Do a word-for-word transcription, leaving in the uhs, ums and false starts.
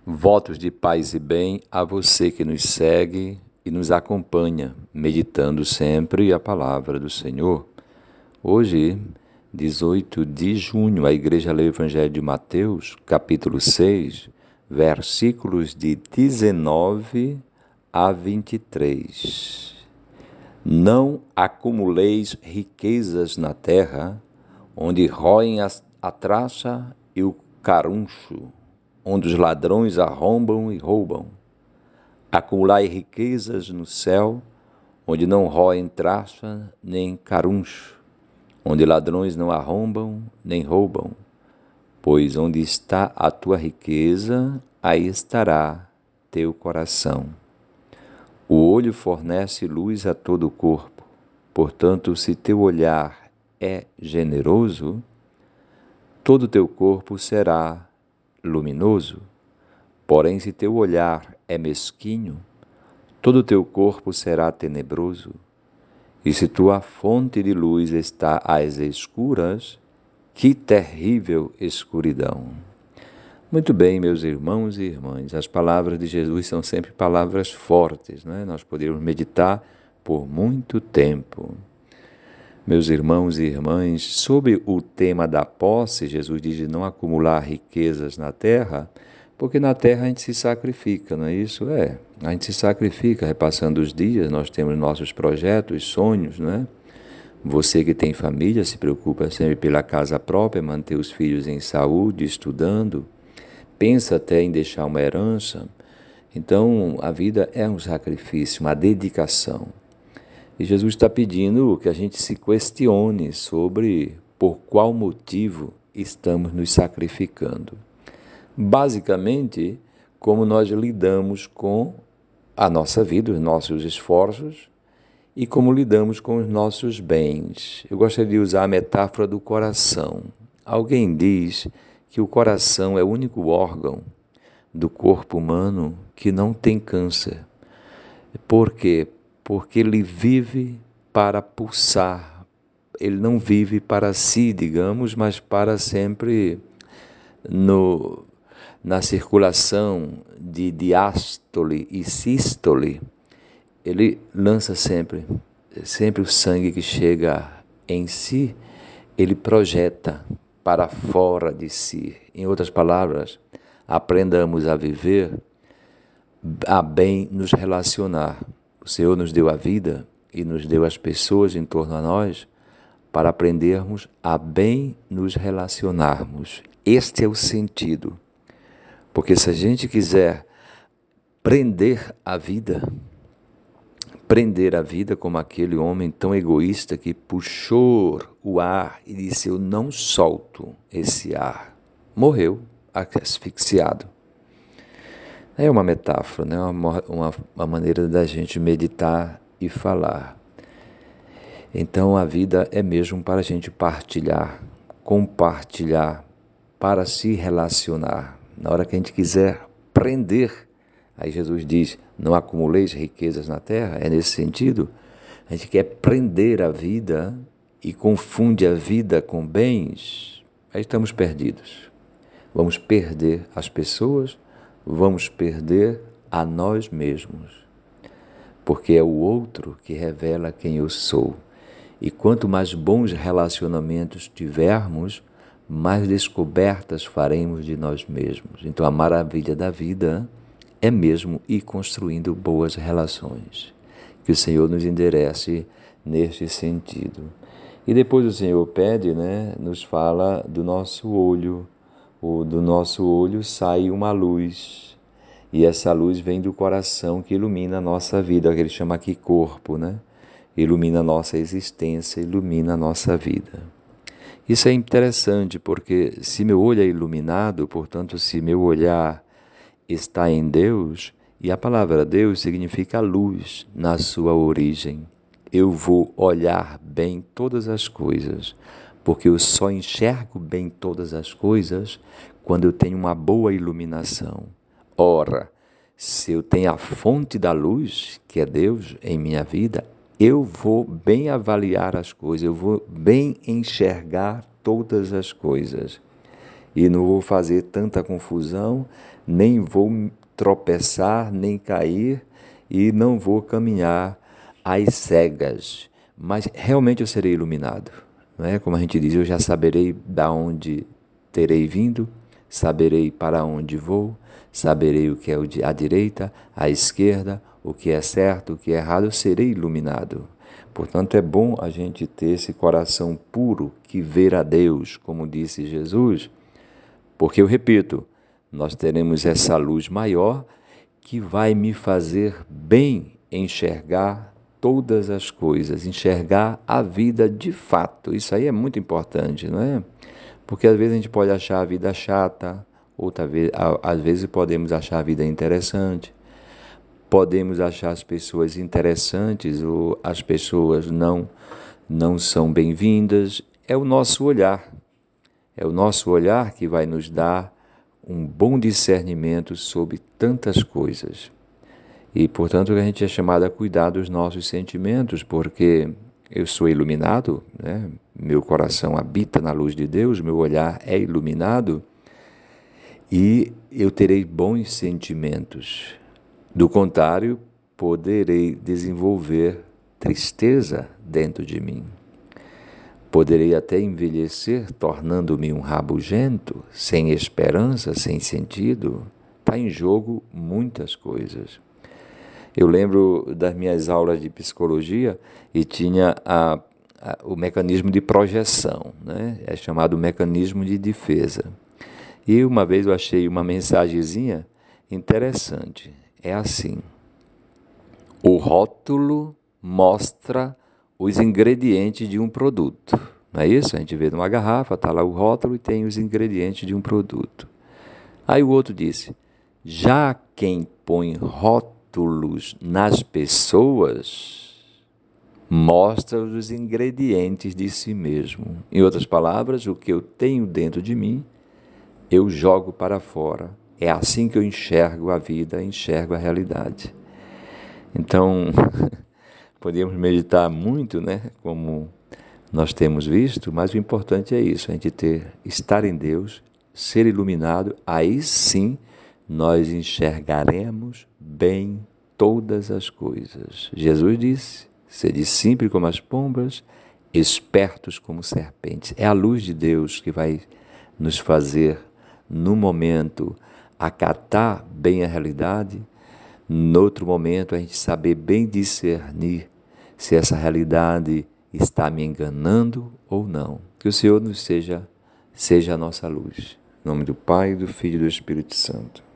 Votos de paz e bem a você que nos segue e nos acompanha, meditando sempre a palavra do Senhor. Hoje, dezoito de junho, a Igreja lê o Evangelho de Mateus, capítulo seis, versículos de dezenove a vinte e três. Não acumuleis riquezas na terra, onde roem a traça e o caruncho, onde os ladrões arrombam e roubam. Acumulai riquezas no céu, onde não roem traça nem caruncho, onde ladrões não arrombam nem roubam. Pois onde está a tua riqueza, aí estará teu coração. O olho fornece luz a todo o corpo. Portanto, se teu olhar é generoso, todo o teu corpo será luminoso. Porém, se teu olhar é mesquinho, todo o teu corpo será tenebroso. E se tua fonte de luz está às escuras, que terrível escuridão! Muito bem, meus irmãos e irmãs, as palavras de Jesus são sempre palavras fortes, né? Nós poderíamos meditar por muito tempo. Meus irmãos e irmãs, sobre o tema da posse, Jesus diz de não acumular riquezas na terra, porque na terra a gente se sacrifica, não é isso? É, a gente se sacrifica, repassando os dias, nós temos nossos projetos, sonhos, não é? Você que tem família se preocupa sempre pela casa própria, manter os filhos em saúde, estudando, pensa até em deixar uma herança. Então, a vida é um sacrifício, uma dedicação. E Jesus está pedindo que a gente se questione sobre por qual motivo estamos nos sacrificando. Basicamente, como nós lidamos com a nossa vida, os nossos esforços e como lidamos com os nossos bens. Eu gostaria de usar a metáfora do coração. Alguém diz que o coração é o único órgão do corpo humano que não tem câncer. Por quê? Porque ele vive para pulsar. Ele não vive para si, digamos, mas para sempre no, na circulação de diástole e sístole. Ele lança sempre, sempre o sangue que chega em si, ele projeta para fora de si. Em outras palavras, aprendamos a viver, a bem nos relacionar. O Senhor nos deu a vida e nos deu as pessoas em torno a nós para aprendermos a bem nos relacionarmos. Este é o sentido. Porque se a gente quiser prender a vida, prender a vida como aquele homem tão egoísta que puxou o ar e disse: eu não solto esse ar. Morreu asfixiado. É uma metáfora, né? uma, uma, uma maneira da gente meditar e falar. Então a vida é mesmo para a gente partilhar, compartilhar, para se relacionar. Na hora que a gente quiser prender, aí Jesus diz, não acumuleis riquezas na terra, é nesse sentido. A gente quer prender a vida e confunde a vida com bens, aí estamos perdidos. Vamos perder as pessoas, vamos perder a nós mesmos, porque é o outro que revela quem eu sou. E quanto mais bons relacionamentos tivermos, mais descobertas faremos de nós mesmos. Então a maravilha da vida é mesmo ir construindo boas relações. Que o Senhor nos enderece neste sentido. E depois o Senhor pede, né, nos fala do nosso olho. O, do nosso olho sai uma luz. E essa luz vem do coração que ilumina a nossa vida, que ele chama aqui corpo, né? Ilumina a nossa existência, ilumina a nossa vida. Isso é interessante porque se meu olho é iluminado, portanto, se meu olhar está em Deus, e a palavra Deus significa luz na sua origem, eu vou olhar bem todas as coisas, porque eu só enxergo bem todas as coisas quando eu tenho uma boa iluminação. Ora, se eu tenho a fonte da luz, que é Deus, em minha vida, eu vou bem avaliar as coisas, eu vou bem enxergar todas as coisas. E não vou fazer tanta confusão, nem vou tropeçar, nem cair e não vou caminhar às cegas, mas realmente eu serei iluminado, não é? Como a gente diz, eu já saberei da onde terei vindo, saberei para onde vou, saberei o que é a direita, a esquerda, o que é certo, o que é errado, eu serei iluminado. Portanto, é bom a gente ter esse coração puro que ver a Deus, como disse Jesus, porque eu repito, nós teremos essa luz maior que vai me fazer bem enxergar todas as coisas, enxergar a vida de fato. Isso aí é muito importante, não é? Porque às vezes a gente pode achar a vida chata, outra vez, às vezes podemos achar a vida interessante, podemos achar as pessoas interessantes ou as pessoas não não são bem-vindas. É o nosso olhar. É o nosso olhar que vai nos dar um bom discernimento sobre tantas coisas. E, portanto, a gente é chamado a cuidar dos nossos sentimentos, porque eu sou iluminado, né? Meu coração habita na luz de Deus, meu olhar é iluminado e eu terei bons sentimentos. Do contrário, poderei desenvolver tristeza dentro de mim. Poderei até envelhecer tornando-me um rabugento, sem esperança, sem sentido. Está em jogo muitas coisas. Eu lembro das minhas aulas de psicologia e tinha a, a, o mecanismo de projeção, né? É chamado mecanismo de defesa. E uma vez eu achei uma mensagenzinha interessante. É assim: o rótulo mostra os ingredientes de um produto. Não é isso? A gente vê numa garrafa, está lá o rótulo e tem os ingredientes de um produto. Aí o outro disse: já quem põe rótulos nas pessoas mostra os ingredientes de si mesmo. Em outras palavras, o que eu tenho dentro de mim, eu jogo para fora. É assim que eu enxergo a vida, enxergo a realidade. Então, podemos meditar muito, né? Como nós temos visto, mas o importante é isso, a gente ter, estar em Deus, ser iluminado, aí sim nós enxergaremos bem todas as coisas. Jesus disse: sede simples como as pombas, espertos como serpentes. É a luz de Deus que vai nos fazer, no momento, acatar bem a realidade, no outro momento a gente saber bem discernir se essa realidade está me enganando ou não. Que o Senhor nos seja, seja a nossa luz. Em nome do Pai, do Filho e do Espírito Santo.